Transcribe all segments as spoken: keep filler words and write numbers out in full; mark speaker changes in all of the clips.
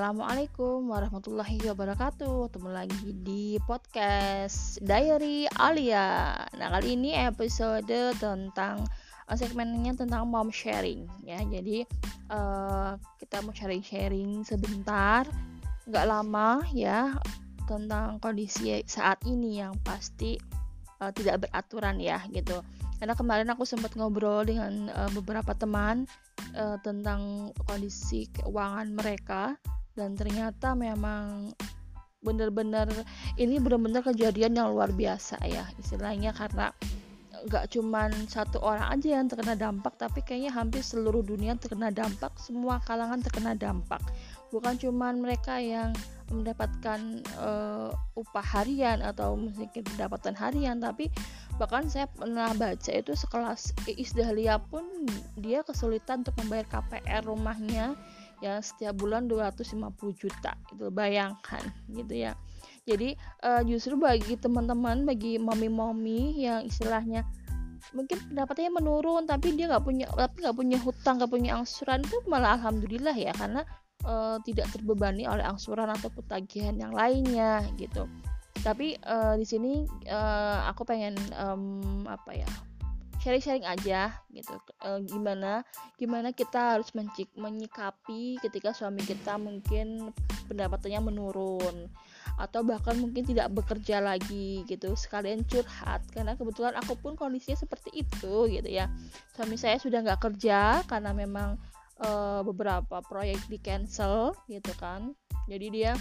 Speaker 1: Assalamualaikum warahmatullahi wabarakatuh. Ketemu lagi di podcast Diary Alia. Nah, kali ini episode tentang uh, segmennya tentang mom sharing ya. Jadi uh, kita mau sharing-sharing sebentar, nggak lama ya, tentang kondisi saat ini yang pasti uh, tidak beraturan ya gitu. Karena kemarin aku sempat ngobrol dengan uh, beberapa teman uh, tentang kondisi keuangan mereka, dan ternyata memang benar-benar ini benar-benar kejadian yang luar biasa ya istilahnya, karena nggak cuman satu orang aja yang terkena dampak, tapi kayaknya hampir seluruh dunia terkena dampak, semua kalangan terkena dampak. Bukan cuman mereka yang mendapatkan uh, upah harian atau mungkin pendapatan harian, tapi bahkan saya pernah baca itu sekelas Iis Dahlia pun dia kesulitan untuk membayar K P R rumahnya yang setiap bulan dua ratus lima puluh juta. Itu bayangkan gitu ya. Jadi uh, justru bagi teman-teman, bagi mami-mami yang istilahnya mungkin pendapatannya menurun tapi dia nggak punya tapi nggak punya hutang, nggak punya angsuran, itu malah alhamdulillah ya, karena uh, tidak terbebani oleh angsuran atau tagihan yang lainnya gitu. Tapi uh, di sini uh, aku pengen um, apa ya sharing-sharing aja gitu, e, gimana gimana kita harus mencik, menyikapi ketika suami kita mungkin pendapatannya menurun atau bahkan mungkin tidak bekerja lagi gitu, sekalian curhat karena kebetulan aku pun kondisinya seperti itu gitu ya. Suami saya sudah nggak kerja karena memang e, beberapa proyek di cancel gitu kan, jadi dia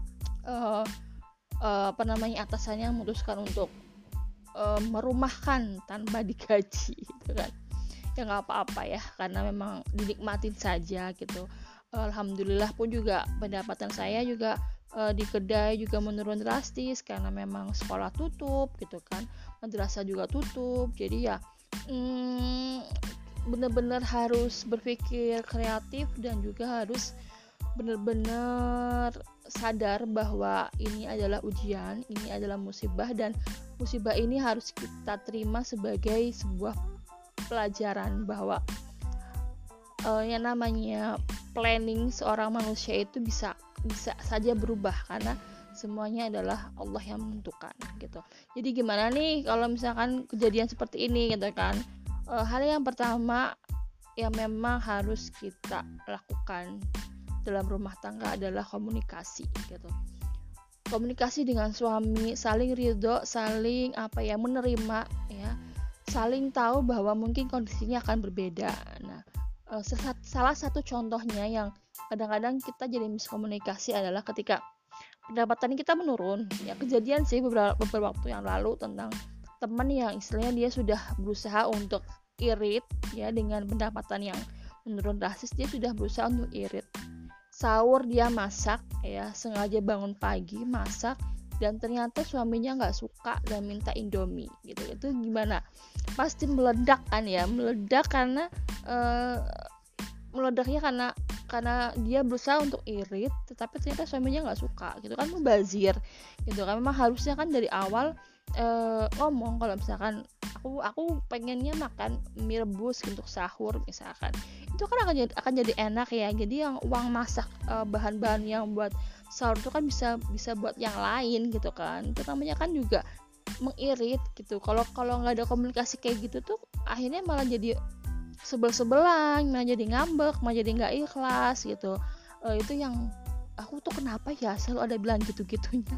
Speaker 1: e, e, apa namanya atasannya memutuskan untuk Uh, merumahkan tanpa digaji gitu kan. Ya nggak apa-apa ya, karena memang dinikmatin saja gitu. Alhamdulillah pun juga pendapatan saya juga uh, di kedai juga menurun drastis karena memang sekolah tutup gitu kan, madrasah juga tutup. Jadi ya hmm, benar-benar harus berpikir kreatif dan juga harus benar-benar sadar bahwa ini adalah ujian, ini adalah musibah, dan musibah ini harus kita terima sebagai sebuah pelajaran bahwa uh, yang namanya planning seorang manusia itu bisa bisa saja berubah karena semuanya adalah Allah yang menentukan gitu. Jadi gimana nih kalau misalkan kejadian seperti ini gitu kan? Uh, hal yang pertama yang memang harus kita lakukan dalam rumah tangga adalah komunikasi gitu. Komunikasi dengan suami, saling ridho, saling apa ya menerima ya, saling tahu bahwa mungkin kondisinya akan berbeda. Nah, e, salah satu contohnya yang kadang-kadang kita jadi miskomunikasi adalah ketika pendapatan kita menurun. Ya kejadian sih beberapa, beberapa waktu yang lalu tentang teman yang istilahnya dia sudah berusaha untuk irit ya dengan pendapatan yang menurun drastis, dia sudah berusaha untuk irit. Sahur dia masak ya, sengaja bangun pagi masak, dan ternyata suaminya nggak suka dan minta Indomie gitu. Itu gimana? Pasti meledak kan ya, meledak karena uh, meledaknya karena karena dia berusaha untuk irit, tetapi ternyata suaminya nggak suka gitu kan, mubazir gitu kan. Memang harusnya kan dari awal uh, ngomong kalau misalkan aku aku pengennya makan mie rebus untuk sahur misalkan, itu kan akan jadi, akan jadi enak ya. Jadi yang uang masak uh, bahan-bahan yang buat sahur itu kan bisa bisa buat yang lain gitu kan. Itu namanya kan juga mengirit gitu. Kalau kalau nggak ada komunikasi kayak gitu tuh akhirnya malah jadi sebel-sebelan, malah jadi ngambek, malah jadi nggak ikhlas gitu. Uh, itu yang aku tuh kenapa ya selalu ada bilang gitu-gitunya.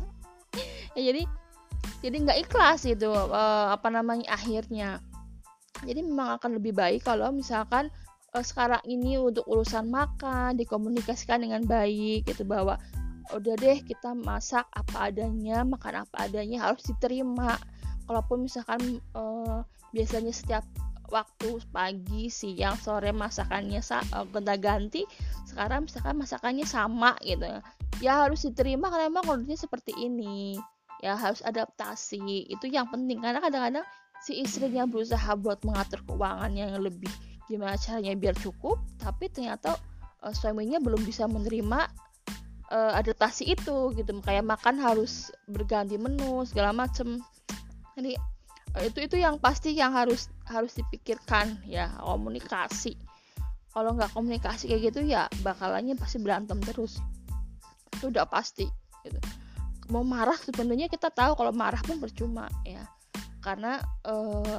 Speaker 1: Ya jadi jadi nggak ikhlas gitu uh, apa namanya akhirnya. Jadi memang akan lebih baik kalau misalkan uh, sekarang ini untuk urusan makan dikomunikasikan dengan baik gitu, bahwa udah deh kita masak apa adanya, makan apa adanya, harus diterima. Kalaupun misalkan uh, biasanya setiap waktu pagi, siang, sore masakannya uh, gonta-ganti, sekarang misalkan masakannya sama gitu ya, harus diterima karena memang kondisinya seperti ini ya, harus adaptasi. Itu yang penting, karena kadang-kadang si istrinya berusaha buat mengatur keuangan yang lebih gimana caranya biar cukup, tapi ternyata uh, suaminya belum bisa menerima uh, adaptasi itu gitu, kayak makan harus berganti menu segala macem. Jadi uh, itu itu yang pasti yang harus harus dipikirkan ya, komunikasi. Kalau nggak komunikasi kayak gitu ya bakalannya pasti berantem terus. itu udah pasti gitu. Mau marah sebenarnya kita tahu kalau marah pun percuma ya, karena eh,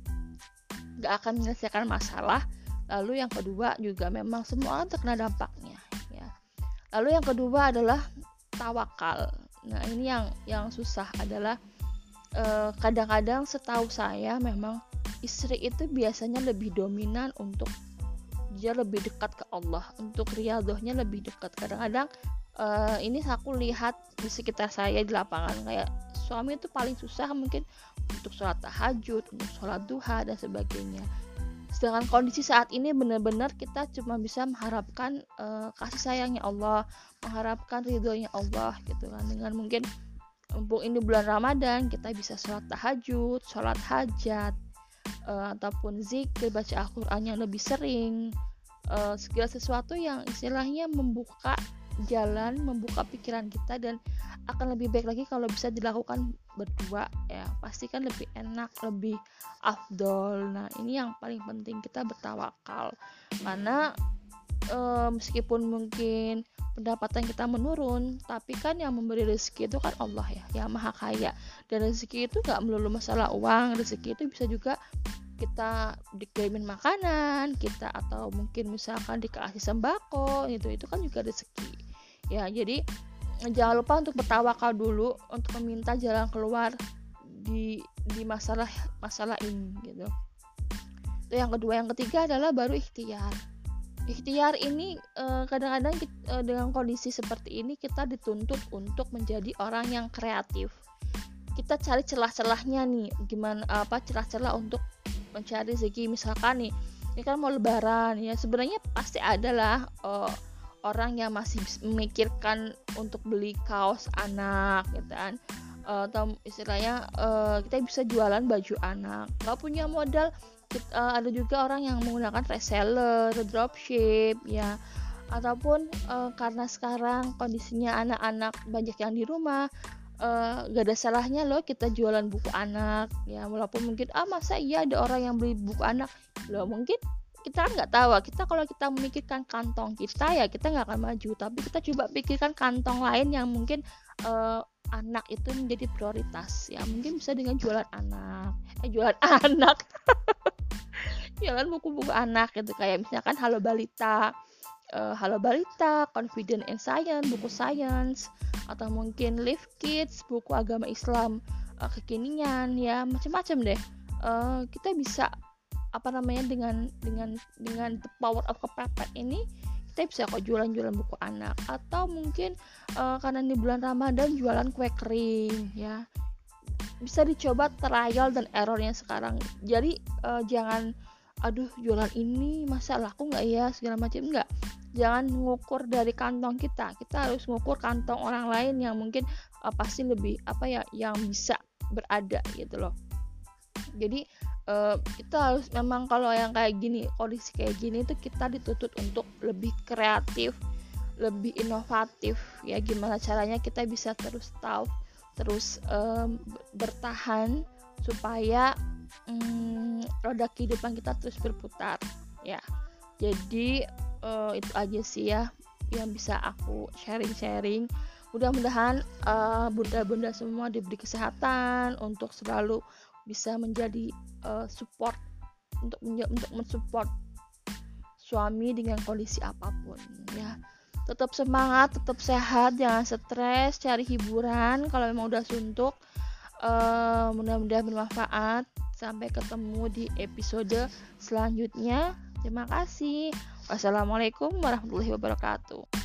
Speaker 1: gak akan menyelesaikan masalah. Lalu yang kedua juga memang semua orang terkena dampaknya ya. Lalu yang kedua adalah tawakal. Nah ini yang yang susah adalah eh, kadang-kadang setahu saya memang istri itu biasanya lebih dominan untuk dia lebih dekat ke Allah, untuk riadohnya lebih dekat. Kadang-kadang uh, ini aku lihat di sekitar saya di lapangan, kayak suami itu paling susah mungkin untuk sholat tahajud, untuk sholat duha dan sebagainya. Sedangkan kondisi saat ini benar-benar kita cuma bisa mengharapkan uh, kasih sayangnya Allah, mengharapkan ridhonya Allah gitu kan. Dengan mungkin mumpung ini bulan Ramadan, kita bisa sholat tahajud, sholat hajat, uh, ataupun zikir, baca Al-Quran yang lebih sering, uh, segala sesuatu yang istilahnya membuka jalan, membuka pikiran kita, dan akan lebih baik lagi kalau bisa dilakukan berdua ya, pasti kan lebih enak, lebih afdol. Nah ini yang paling penting, kita bertawakal, karena e, meskipun mungkin pendapatan kita menurun, tapi kan yang memberi rezeki itu kan Allah ya, yang maha kaya. Dan rezeki itu gak melulu masalah uang, rezeki itu bisa juga kita dikirimin makanan kita, atau mungkin misalkan dikasih sembako, itu itu kan juga rezeki ya. Jadi jangan lupa untuk bertawakal dulu, untuk meminta jalan keluar di di masalah masalah ini gitu. Itu yang kedua. Yang ketiga adalah baru ikhtiar. Ikhtiar ini eh, kadang-kadang kita, eh, dengan kondisi seperti ini kita dituntut untuk menjadi orang yang kreatif. Kita cari celah-celahnya nih, gimana apa celah-celah untuk mencari rezeki. Misalkan nih, ini kan mau lebaran ya, sebenarnya pasti ada lah eh, orang yang masih memikirkan untuk beli kaos anak gitu kan, uh, atau istilahnya uh, kita bisa jualan baju anak, nggak punya modal. Kita, uh, ada juga orang yang menggunakan reseller, dropship ya, ataupun uh, karena sekarang kondisinya anak-anak banyak yang di rumah, uh, gak ada salahnya loh kita jualan buku anak ya, walaupun mungkin ah masa iya ada orang yang beli buku anak loh, mungkin kita kan nggak tahu. Kita kalau kita memikirkan kantong kita ya kita nggak akan maju, tapi kita coba pikirkan kantong lain yang mungkin uh, anak itu menjadi prioritas ya, mungkin bisa dengan jualan anak eh jualan anak jualan buku-buku anak gitu, kayak misalkan Halo Balita, uh, Halo Balita, Confident in Science, buku science, atau mungkin Live Kids, buku agama Islam uh, kekinian ya, macam-macam deh. Uh, kita bisa apa namanya dengan dengan dengan the power of kepepet ini kita bisa kok jualan-jualan buku anak, atau mungkin uh, karena di bulan Ramadan jualan kue kering ya, bisa dicoba trial dan errornya sekarang. Jadi uh, jangan aduh jualan ini masa laku nggak ya segala macam, enggak. Jangan ngukur dari kantong kita, kita harus ngukur kantong orang lain yang mungkin uh, pasti lebih apa ya, yang bisa berada gitu loh. Jadi uh, kita harus memang kalau yang kayak gini, kondisi kayak gini itu kita dituntut untuk lebih kreatif, lebih inovatif ya. Gimana caranya kita bisa terus tahu, terus um, bertahan supaya um, roda kehidupan kita terus berputar ya. Jadi uh, itu aja sih ya yang bisa aku sharing-sharing. Mudah-mudahan uh, bunda-bunda semua diberi kesehatan untuk selalu bisa menjadi uh, support untuk menja- untuk mensupport suami dengan kondisi apapun ya. Tetap semangat, tetap sehat, jangan stres, cari hiburan kalau memang udah suntuk. Uh, mudah-mudahan bermanfaat. Sampai ketemu di episode selanjutnya. Terima kasih. Wassalamualaikum warahmatullahi wabarakatuh.